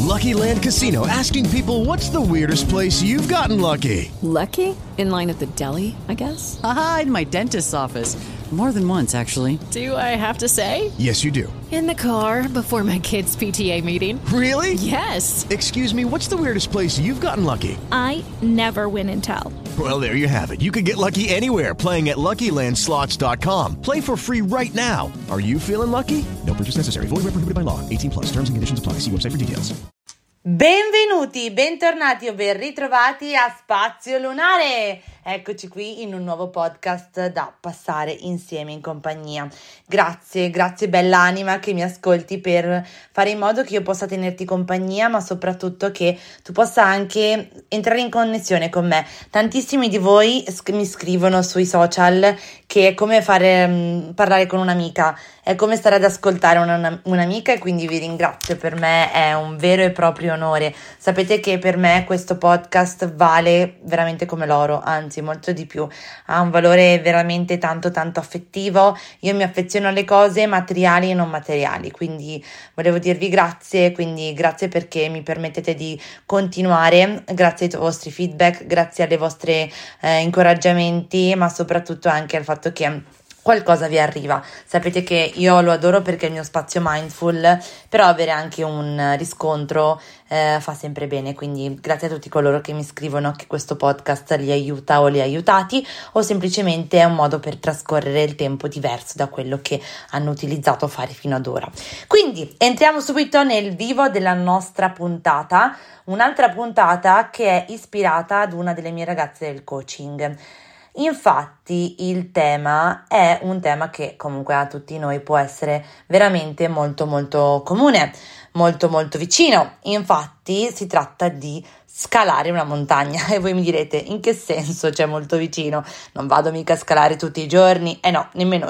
Lucky Land Casino, asking people, what's the weirdest place you've gotten lucky? Lucky? In line at the deli, I guess? Aha, in my dentist's office. More than once, actually. Do I have to say? Yes, you do. In the car before my kids' PTA meeting. Really? Yes. Excuse me, what's the weirdest place you've gotten lucky? I never win and tell. Well, there you have it. You can get lucky anywhere, playing at LuckyLandSlots.com. Play for free right now. Are you feeling lucky? No purchase necessary. Void where prohibited by law. 18 plus. Terms and conditions apply. See website for details. Benvenuti, bentornati o ben ritrovati a Spazio Lunare. Eccoci qui in un nuovo podcast da passare insieme in compagnia. Grazie bella anima che mi ascolti, per fare in modo che io possa tenerti compagnia, ma soprattutto che tu possa anche entrare in connessione con me. Tantissimi di voi mi scrivono sui social che è come parlare con un'amica, è come stare ad ascoltare un'amica, e quindi vi ringrazio. Per me è un vero e proprio onore. Sapete che per me questo podcast vale veramente come l'oro, anzi molto di più, ha un valore veramente tanto affettivo. Io mi affeziono alle cose materiali e non materiali, quindi volevo dirvi grazie, quindi grazie perché mi permettete di continuare, grazie ai vostri feedback, grazie alle vostre incoraggiamenti, ma soprattutto anche al fatto che qualcosa vi arriva. Sapete che io lo adoro perché è il mio spazio mindful, però avere anche un riscontro fa sempre bene, quindi grazie a tutti coloro che mi scrivono che questo podcast li aiuta o li ha aiutati, o semplicemente è un modo per trascorrere il tempo diverso da quello che hanno utilizzato a fare fino ad ora. Quindi entriamo subito nel vivo della nostra puntata, un'altra puntata che è ispirata ad una delle mie ragazze del coaching. Infatti il tema è un tema che comunque a tutti noi può essere veramente molto comune, molto vicino. Infatti si tratta di scalare una montagna, e voi mi direte in che senso c'è molto vicino? Non vado mica a scalare tutti i giorni? No, nemmeno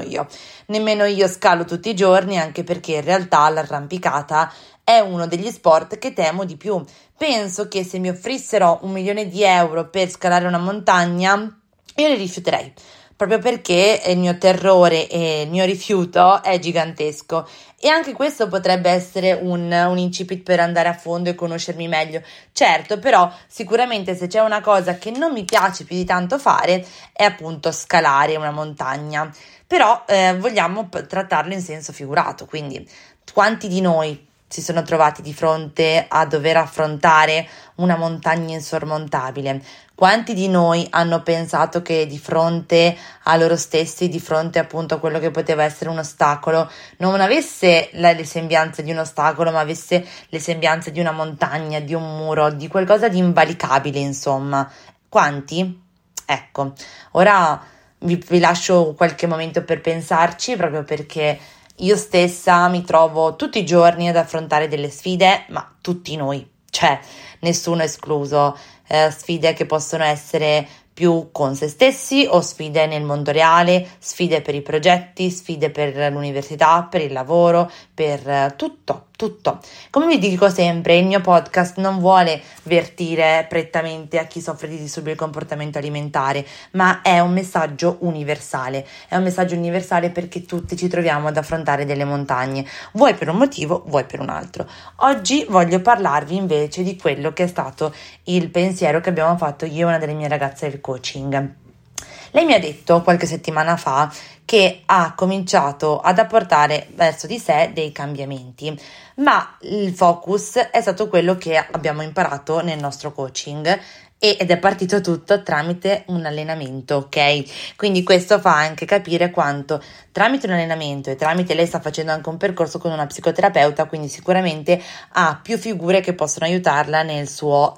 io scalo tutti i giorni, anche perché in realtà l'arrampicata è uno degli sport che temo di più. Penso che se mi offrissero 1 milione di euro per scalare una montagna, io li rifiuterei, proprio perché il mio terrore e il mio rifiuto è gigantesco. E anche questo potrebbe essere un incipit per andare a fondo e conoscermi meglio. Certo, però sicuramente se c'è una cosa che non mi piace più di tanto fare è appunto scalare una montagna. Però vogliamo trattarlo in senso figurato, quindi quanti di noi si sono trovati di fronte a dover affrontare una montagna insormontabile? Quanti di noi hanno pensato che di fronte a loro stessi, di fronte appunto a quello che poteva essere un ostacolo, non avesse le sembianze di un ostacolo, ma avesse le sembianze di una montagna, di un muro, di qualcosa di invalicabile, insomma? Quanti? Ecco, ora vi lascio qualche momento per pensarci, proprio perché io stessa mi trovo tutti i giorni ad affrontare delle sfide, ma tutti noi, cioè nessuno escluso, sfide che possono essere più con se stessi o sfide nel mondo reale, sfide per i progetti, sfide per l'università, per il lavoro, per tutto. Come vi dico sempre, il mio podcast non vuole vertire prettamente a chi soffre di disturbi del comportamento alimentare, ma è un messaggio universale. È un messaggio universale perché tutti ci troviamo ad affrontare delle montagne, vuoi per un motivo, vuoi per un altro. Oggi voglio parlarvi invece di quello che è stato il pensiero che abbiamo fatto io e una delle mie ragazze del coaching. Lei mi ha detto qualche settimana fa che ha cominciato ad apportare verso di sé dei cambiamenti, ma il focus è stato quello che abbiamo imparato nel nostro coaching ed è partito tutto tramite un allenamento, ok? Quindi questo fa anche capire quanto tramite un allenamento e tramite lei sta facendo anche un percorso con una psicoterapeuta, quindi sicuramente ha più figure che possono aiutarla nel suo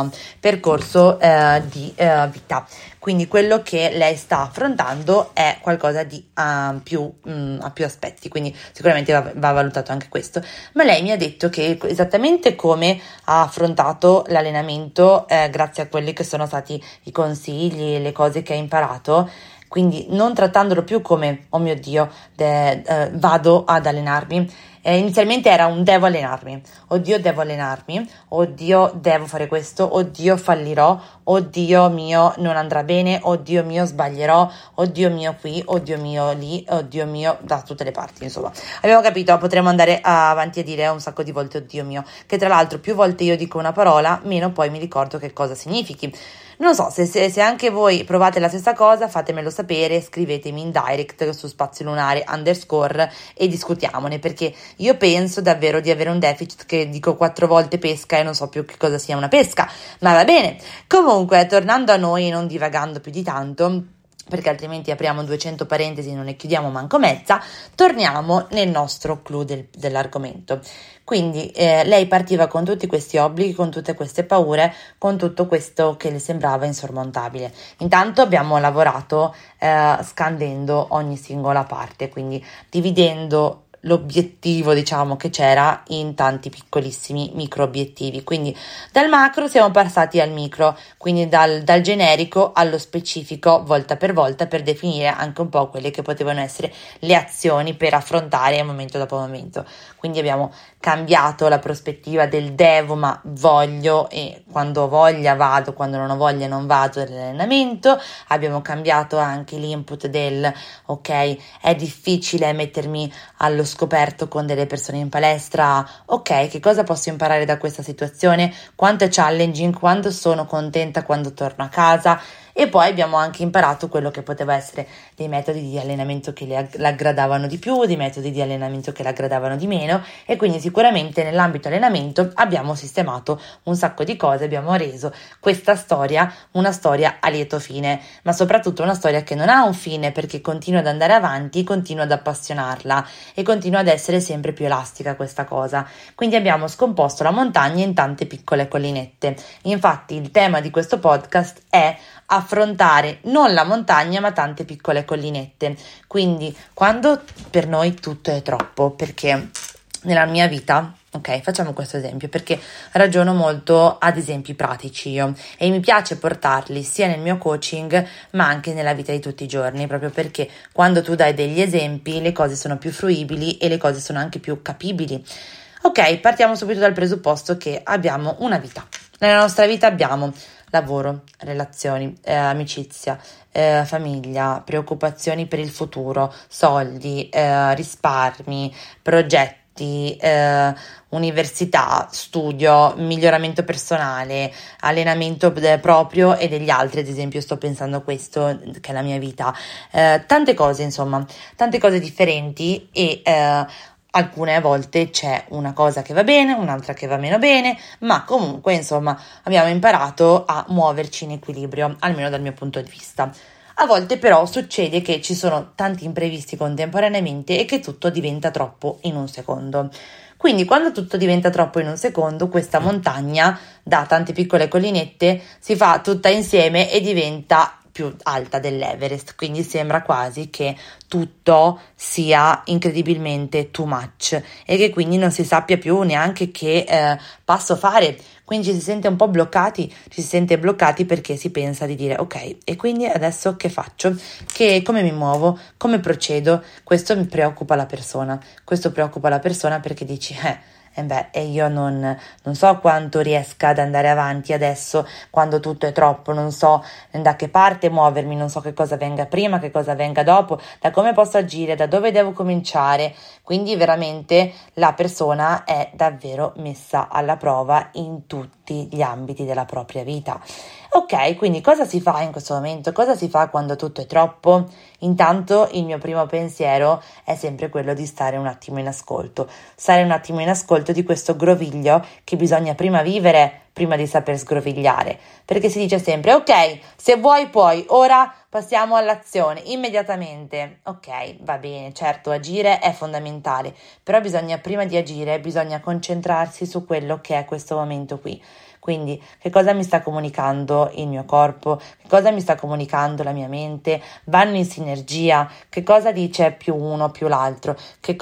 percorso di vita. Quindi quello che lei sta affrontando è qualcosa di ha più aspetti, quindi sicuramente va valutato anche questo. Ma lei mi ha detto che esattamente come ha affrontato l'allenamento, grazie a quelli che sono stati i consigli e le cose che ha imparato, quindi non trattandolo più come oh mio Dio vado ad allenarmi, inizialmente era un devo allenarmi, oddio devo allenarmi, oddio devo fare questo, oddio fallirò, oddio mio non andrà bene, oddio mio sbaglierò, oddio mio qui, oddio mio lì, oddio mio da tutte le parti, insomma. Abbiamo capito, potremmo andare avanti a dire un sacco di volte oddio mio, che tra l'altro più volte io dico una parola, meno poi mi ricordo che cosa significhi. Non so, se anche voi provate la stessa cosa, fatemelo sapere, scrivetemi in direct su Spazio Lunare _ e discutiamone, perché io penso davvero di avere un deficit che dico 4 volte pesca e non so più che cosa sia una pesca, ma va bene. Comunque, tornando a noi, non divagando più di tanto, perché altrimenti apriamo 200 parentesi e non ne chiudiamo manco mezza, torniamo nel nostro clou dell'argomento. Quindi lei partiva con tutti questi obblighi, con tutte queste paure, con tutto questo che le sembrava insormontabile. Intanto abbiamo lavorato scandendo ogni singola parte, quindi dividendo l'obiettivo, diciamo, che c'era in tanti piccolissimi micro obiettivi. Quindi dal macro siamo passati al micro, quindi dal generico allo specifico, volta per definire anche un po' quelle che potevano essere le azioni per affrontare momento dopo momento. Quindi abbiamo cambiato la prospettiva del devo ma voglio, e quando ho voglia vado, quando non ho voglia non vado dell'allenamento. Abbiamo cambiato anche l'input del ok, è difficile mettermi allo scoperto con delle persone in palestra, ok, che cosa posso imparare da questa situazione, quanto è challenging, quando sono contenta quando torno a casa. E poi abbiamo anche imparato quello che poteva essere dei metodi di allenamento che le aggradavano di più, dei metodi di allenamento che le aggradavano di meno, e quindi sicuramente nell'ambito allenamento abbiamo sistemato un sacco di cose, abbiamo reso questa storia una storia a lieto fine, ma soprattutto una storia che non ha un fine, perché continua ad andare avanti, continua ad appassionarla e continua ad essere sempre più elastica questa cosa. Quindi abbiamo scomposto la montagna in tante piccole collinette. Infatti il tema di questo podcast è affrontare non la montagna ma tante piccole collinette. Quindi quando per noi tutto è troppo, perché nella mia vita, ok, facciamo questo esempio perché ragiono molto ad esempi pratici io e mi piace portarli sia nel mio coaching ma anche nella vita di tutti i giorni, proprio perché quando tu dai degli esempi le cose sono più fruibili e le cose sono anche più capibili. Ok, partiamo subito dal presupposto che abbiamo una vita. Nella nostra vita abbiamo lavoro, relazioni, amicizia, famiglia, preoccupazioni per il futuro, soldi, risparmi, progetti, università, studio, miglioramento personale, allenamento proprio e degli altri. Ad esempio sto pensando a questo che è la mia vita, tante cose, insomma, tante cose differenti e alcune volte c'è una cosa che va bene, un'altra che va meno bene, ma comunque insomma abbiamo imparato a muoverci in equilibrio, almeno dal mio punto di vista. A volte però succede che ci sono tanti imprevisti contemporaneamente e che tutto diventa troppo in un secondo. Quindi quando tutto diventa troppo in un secondo, questa montagna da tante piccole collinette si fa tutta insieme e diventa più alta dell'Everest, quindi sembra quasi che tutto sia incredibilmente too much e che quindi non si sappia più neanche che passo fare, quindi ci si sente un po' bloccati, ci si sente bloccati perché si pensa di dire ok, e quindi adesso che faccio? Come mi muovo? Come procedo? Questo mi preoccupa la persona, questo preoccupa la persona perché dici e io non so quanto riesca ad andare avanti adesso quando tutto è troppo, non so da che parte muovermi, non so che cosa venga prima, che cosa venga dopo, da come posso agire, da dove devo cominciare. Quindi veramente la persona è davvero messa alla prova in tutti gli ambiti della propria vita. Ok, quindi cosa si fa in questo momento? Cosa si fa quando tutto è troppo? Intanto il mio primo pensiero è sempre quello di stare un attimo in ascolto. Stare un attimo in ascolto di questo groviglio che bisogna prima vivere, prima di saper sgrovigliare. Perché si dice sempre, ok, se vuoi puoi, ora passiamo all'azione, immediatamente. Ok, va bene, certo, agire è fondamentale, però prima di agire, bisogna concentrarsi su quello che è questo momento qui. Quindi che cosa mi sta comunicando il mio corpo, che cosa mi sta comunicando la mia mente, vanno in sinergia, che cosa dice più uno più l'altro,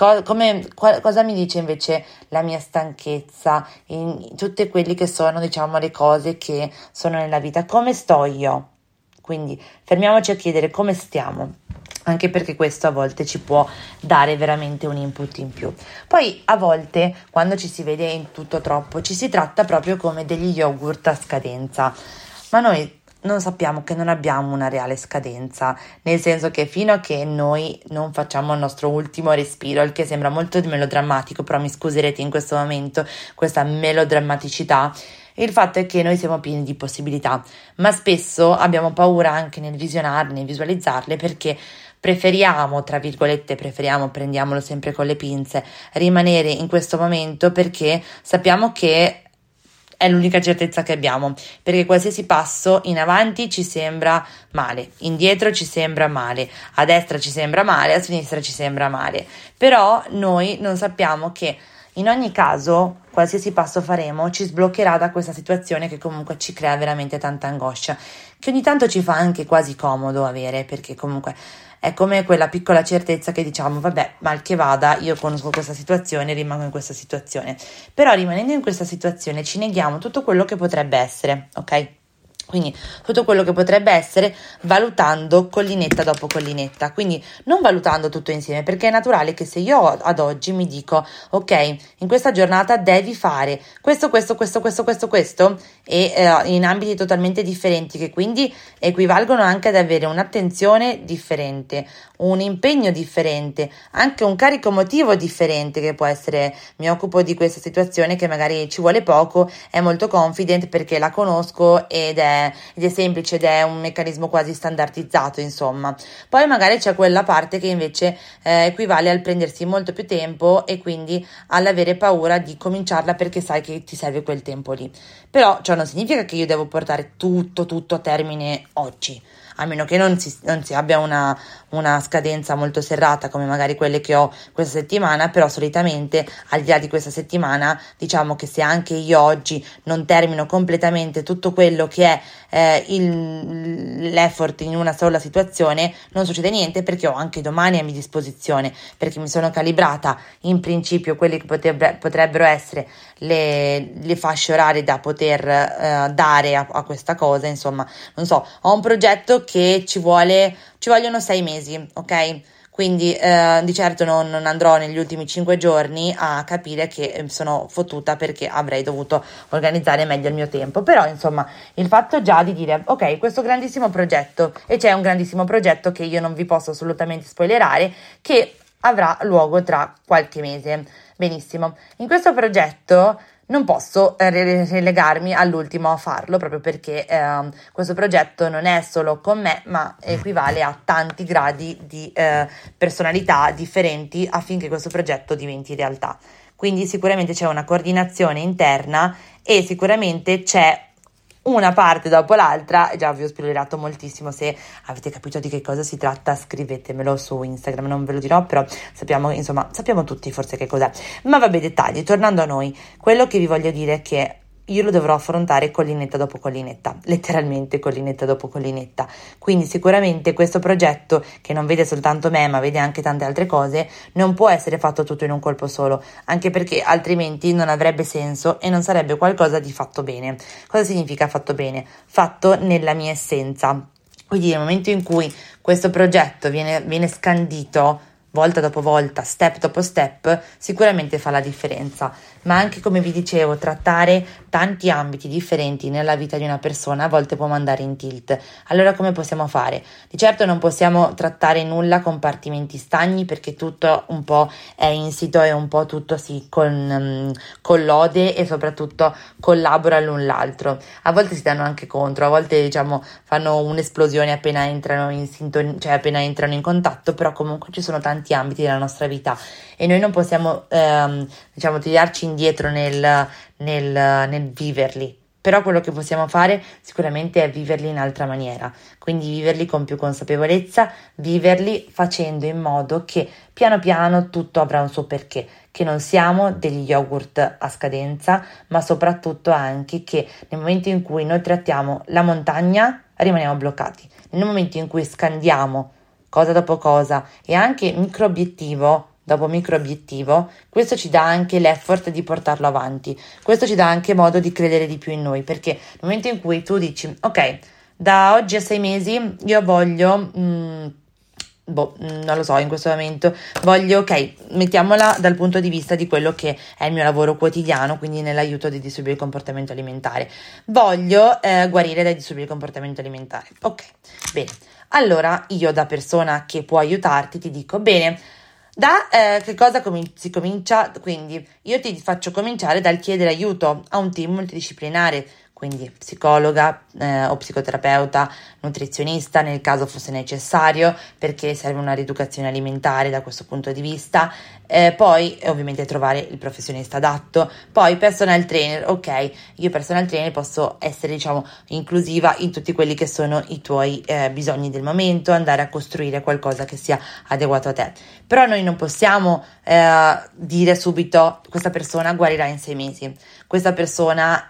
cosa mi dice invece la mia stanchezza, in tutte quelli che sono diciamo le cose che sono nella vita, come sto io? Quindi fermiamoci a chiedere come stiamo. anche perché questo a volte ci può dare veramente un input in più. Poi a volte, quando ci si vede in tutto troppo, ci si tratta proprio come degli yogurt a scadenza, ma noi non sappiamo che non abbiamo una reale scadenza, nel senso che fino a che noi non facciamo il nostro ultimo respiro, il che sembra molto melodrammatico, però mi scuserete in questo momento questa melodrammaticità, il fatto è che noi siamo pieni di possibilità, ma spesso abbiamo paura anche nel visionarle, nel visualizzarle, perché preferiamo, tra virgolette, prendiamolo sempre con le pinze, rimanere in questo momento perché sappiamo che è l'unica certezza che abbiamo, perché qualsiasi passo in avanti ci sembra male, indietro ci sembra male, a destra ci sembra male, a sinistra ci sembra male, però noi non sappiamo che in ogni caso qualsiasi passo faremo ci sbloccherà da questa situazione che comunque ci crea veramente tanta angoscia, che ogni tanto ci fa anche quasi comodo avere, perché comunque è come quella piccola certezza che diciamo, vabbè, mal che vada, io conosco questa situazione, rimango in questa situazione. Però rimanendo in questa situazione ci neghiamo tutto quello che potrebbe essere, ok? Quindi tutto quello che potrebbe essere, valutando collinetta dopo collinetta, quindi non valutando tutto insieme, perché è naturale che se io ad oggi mi dico ok, in questa giornata devi fare questo e in ambiti totalmente differenti, che quindi equivalgono anche ad avere un'attenzione differente, un impegno differente, anche un carico emotivo differente, che può essere mi occupo di questa situazione che magari ci vuole poco, è molto confident perché la conosco ed è semplice ed è un meccanismo quasi standardizzato, insomma. Poi magari c'è quella parte che invece equivale al prendersi molto più tempo e quindi all'avere paura di cominciarla perché sai che ti serve quel tempo lì. Però ciò non significa che io devo portare tutto a termine oggi, a meno che non si abbia una scadenza molto serrata come magari quelle che ho questa settimana. Però solitamente al di là di questa settimana, diciamo che se anche io oggi non termino completamente tutto quello che è l'effort in una sola situazione, non succede niente, perché ho anche domani a mia disposizione, perché mi sono calibrata in principio quelle che potrebbero essere le fasce orarie da poter dare a questa cosa. Insomma, non so, ho un progetto che ci vogliono 6 mesi, ok? Quindi di certo non andrò negli ultimi 5 giorni a capire che sono fottuta perché avrei dovuto organizzare meglio il mio tempo. Però insomma, il fatto già di dire ok, questo grandissimo progetto, e c'è un grandissimo progetto che io non vi posso assolutamente spoilerare, che avrà luogo tra qualche mese. Benissimo, in questo progetto non posso relegarmi all'ultimo a farlo, proprio perché questo progetto non è solo con me, ma equivale a tanti gradi di personalità differenti affinché questo progetto diventi realtà. Quindi sicuramente c'è una coordinazione interna e sicuramente c'è una parte dopo l'altra. Già vi ho spoilerato moltissimo, se avete capito di che cosa si tratta scrivetemelo su Instagram, non ve lo dirò, però sappiamo tutti forse che cos'è. Ma vabbè, dettagli, tornando a noi, quello che vi voglio dire è che io lo dovrò affrontare collinetta dopo collinetta, letteralmente collinetta dopo collinetta. Quindi sicuramente questo progetto, che non vede soltanto me ma vede anche tante altre cose, non può essere fatto tutto in un colpo solo, anche perché altrimenti non avrebbe senso e non sarebbe qualcosa di fatto bene. Cosa significa fatto bene? Fatto nella mia essenza. Quindi nel momento in cui questo progetto viene scandito volta dopo volta, step dopo step, sicuramente fa la differenza. Ma anche, come vi dicevo, trattare tanti ambiti differenti nella vita di una persona a volte può mandare in tilt. Allora come possiamo fare? Di certo non possiamo trattare nulla a compartimenti stagni, perché tutto un po' è insito e un po' tutto si collode e soprattutto collabora l'un l'altro. A volte si danno anche contro, a volte fanno un'esplosione appena entrano in sintonia, cioè appena entrano in contatto, però comunque ci sono tanti ambiti della nostra vita e noi non possiamo tirarci indietro nel viverli. Però quello che possiamo fare sicuramente è viverli in altra maniera, quindi viverli con più consapevolezza, viverli facendo in modo che piano piano tutto avrà un suo perché, che non siamo degli yogurt a scadenza, ma soprattutto anche che nel momento in cui noi trattiamo la montagna rimaniamo bloccati, nel momento in cui scandiamo cosa dopo cosa e anche micro obiettivo dopo micro obiettivo, questo ci dà anche l'effort di portarlo avanti, questo ci dà anche modo di credere di più in noi, perché nel momento in cui tu dici ok, da oggi a 6 mesi io voglio non lo so, in questo momento voglio, ok, mettiamola dal punto di vista di quello che è il mio lavoro quotidiano, quindi nell'aiuto dei disturbi del comportamento alimentare. Voglio guarire dai disturbi del comportamento alimentare. Ok, bene. Allora io, da persona che può aiutarti, ti dico, bene, da che cosa si comincia? Quindi io ti faccio cominciare dal chiedere aiuto a un team multidisciplinare, quindi psicologa o psicoterapeuta, nutrizionista nel caso fosse necessario, perché serve una rieducazione alimentare da questo punto di vista. Poi ovviamente trovare il professionista adatto. Poi personal trainer, ok, io personal trainer posso essere, diciamo, inclusiva in tutti quelli che sono i tuoi bisogni del momento, andare a costruire qualcosa che sia adeguato a te. Però noi non possiamo dire subito questa persona guarirà in 6 mesi, questa persona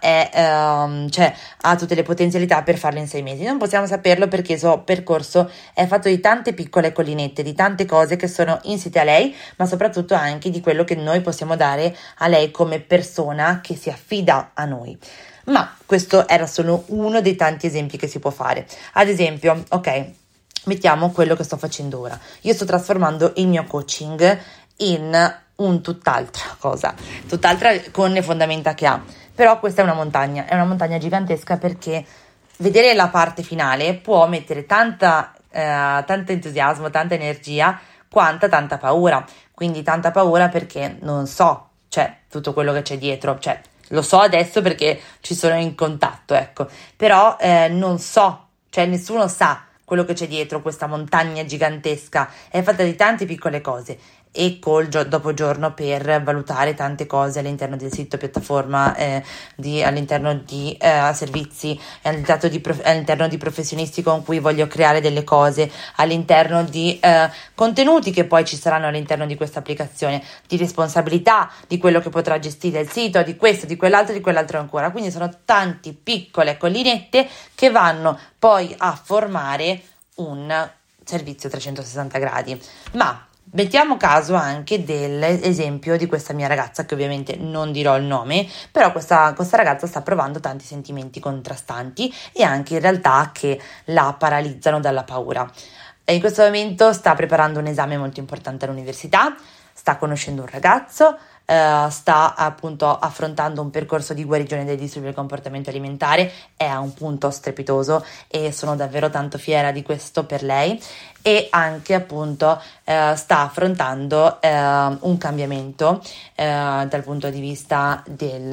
ha tutte le potenzialità per farlo in 6 mesi. Non possiamo saperlo, perché il suo percorso è fatto di tante piccole collinette, di tante cose che sono insite a lei, ma soprattutto anche di quello che noi possiamo dare a lei come persona che si affida a noi. Ma questo era solo uno dei tanti esempi che si può fare. Ad esempio, ok, mettiamo quello che sto facendo ora. Io sto trasformando il mio coaching in un tutt'altra cosa, tutt'altra con le fondamenta che ha. Però questa è una montagna gigantesca, perché vedere la parte finale può mettere tanto entusiasmo, tanta energia, quanta tanta paura. Quindi tanta paura perché non so, tutto quello che c'è dietro, lo so adesso perché ci sono in contatto, ecco, però non so, nessuno sa quello che c'è dietro questa montagna gigantesca, è fatta di tante piccole cose. E dopo giorno per valutare tante cose all'interno del sito, piattaforma, all'interno di servizi, all'interno di professionisti con cui voglio creare delle cose, all'interno di contenuti che poi ci saranno all'interno di questa applicazione, di responsabilità di quello che potrà gestire il sito, di questo, di quell'altro ancora. Quindi sono tante piccole collinette che vanno poi a formare un servizio 360 gradi. Ma mettiamo caso anche dell'esempio di questa mia ragazza, che ovviamente non dirò il nome, però questa ragazza sta provando tanti sentimenti contrastanti e anche in realtà che la paralizzano dalla paura. E in questo momento sta preparando un esame molto importante all'università, sta conoscendo un ragazzo, sta appunto affrontando un percorso di guarigione dei disturbi del comportamento alimentare, è a un punto strepitoso e sono davvero tanto fiera di questo per lei. E anche appunto sta affrontando un cambiamento dal punto di vista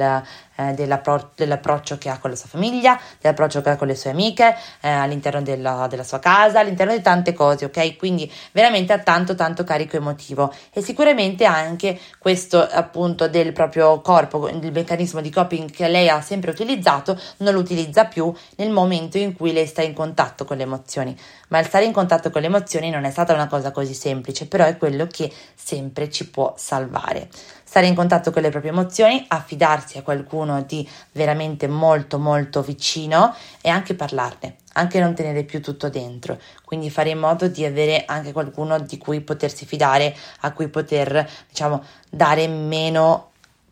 dell'approccio che ha con la sua famiglia, dell'approccio che ha con le sue amiche, all'interno della sua casa, all'interno di tante cose, ok? Quindi veramente ha tanto carico emotivo, e sicuramente anche questo appunto del proprio corpo, il meccanismo di coping che lei ha sempre utilizzato, non lo utilizza più nel momento in cui lei sta in contatto con le emozioni. Ma il stare in contatto con le emozioni non è stata una cosa così semplice, però è quello che sempre ci può salvare. Stare in contatto con le proprie emozioni, affidarsi a qualcuno di veramente molto vicino e anche parlarne, anche non tenere più tutto dentro, quindi fare in modo di avere anche qualcuno di cui potersi fidare, a cui poter, diciamo, dare meno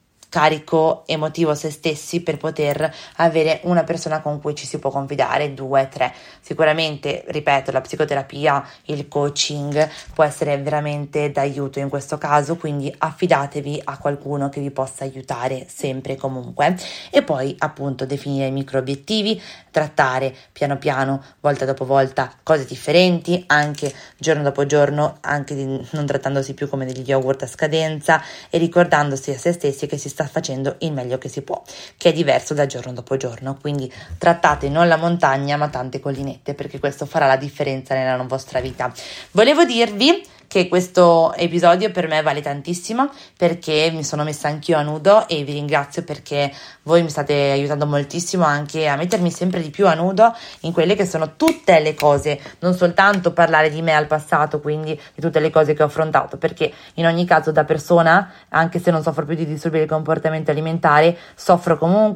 carico emotivo a se stessi, per poter avere una persona con cui ci si può confidare, 2, 3. Sicuramente, ripeto, la psicoterapia, il coaching può essere veramente d'aiuto in questo caso, quindi affidatevi a qualcuno che vi possa aiutare sempre e comunque. E poi appunto definire i micro obiettivi, trattare piano piano, volta dopo volta, cose differenti, anche giorno dopo giorno, anche non trattandosi più come degli yogurt a scadenza, e ricordandosi a se stessi che si sta facendo il meglio che si può, che è diverso da giorno dopo giorno. Quindi trattate non la montagna ma tante collinette, perché questo farà la differenza nella vostra vita. Volevo dirvi che questo episodio per me vale tantissimo, perché mi sono messa anch'io a nudo, e vi ringrazio perché voi mi state aiutando moltissimo anche a mettermi sempre di più a nudo in quelle che sono tutte le cose, non soltanto parlare di me al passato, quindi di tutte le cose che ho affrontato, perché in ogni caso da persona, anche se non soffro più di disturbi del comportamento alimentare, soffro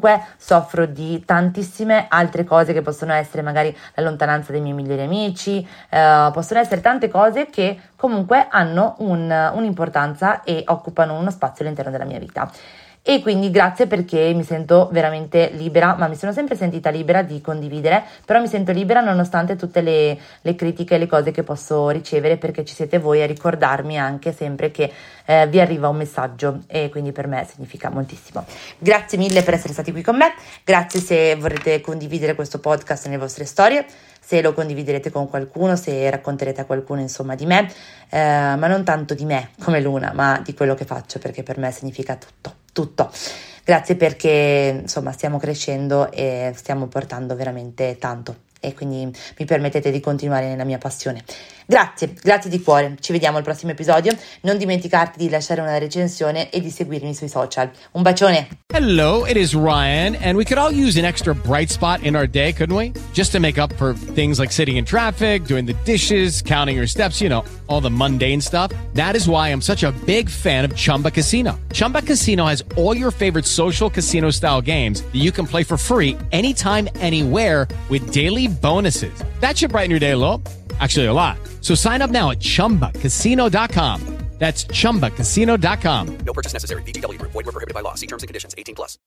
di tantissime altre cose che possono essere magari la lontananza dei miei migliori amici, possono essere tante cose che comunque hanno un'importanza e occupano uno spazio all'interno della mia vita. E quindi grazie, perché mi sento veramente libera, ma mi sono sempre sentita libera di condividere, però mi sento libera nonostante tutte le critiche e le cose che posso ricevere, perché ci siete voi a ricordarmi anche sempre che vi arriva un messaggio, e quindi per me significa moltissimo. Grazie mille per essere stati qui con me, grazie se vorrete condividere questo podcast nelle vostre storie, se lo condividerete con qualcuno, se racconterete a qualcuno insomma di me, ma non tanto di me come Luna, ma di quello che faccio, perché per me significa tutto. Grazie, perché insomma stiamo crescendo e stiamo portando veramente tanto, e quindi mi permettete di continuare nella mia passione. Grazie di cuore, ci vediamo al prossimo episodio, non dimenticarti di lasciare una recensione e di seguirmi sui social. Un bacione! Hello, it is Ryan, and we could all use an extra bright spot in our day, couldn't we? Just to make up for things like sitting in traffic, doing the dishes, counting your steps, you know, all the mundane stuff. That is why I'm such a big fan of Chumba Casino. Chumba Casino has all your favorite social casino-style games that you can play for free anytime, anywhere with daily bonuses. That should brighten your day a little. Actually, a lot. So sign up now at ChumbaCasino.com. That's ChumbaCasino.com. No purchase necessary. VGW Group. Void where prohibited by law. See terms and conditions. 18+.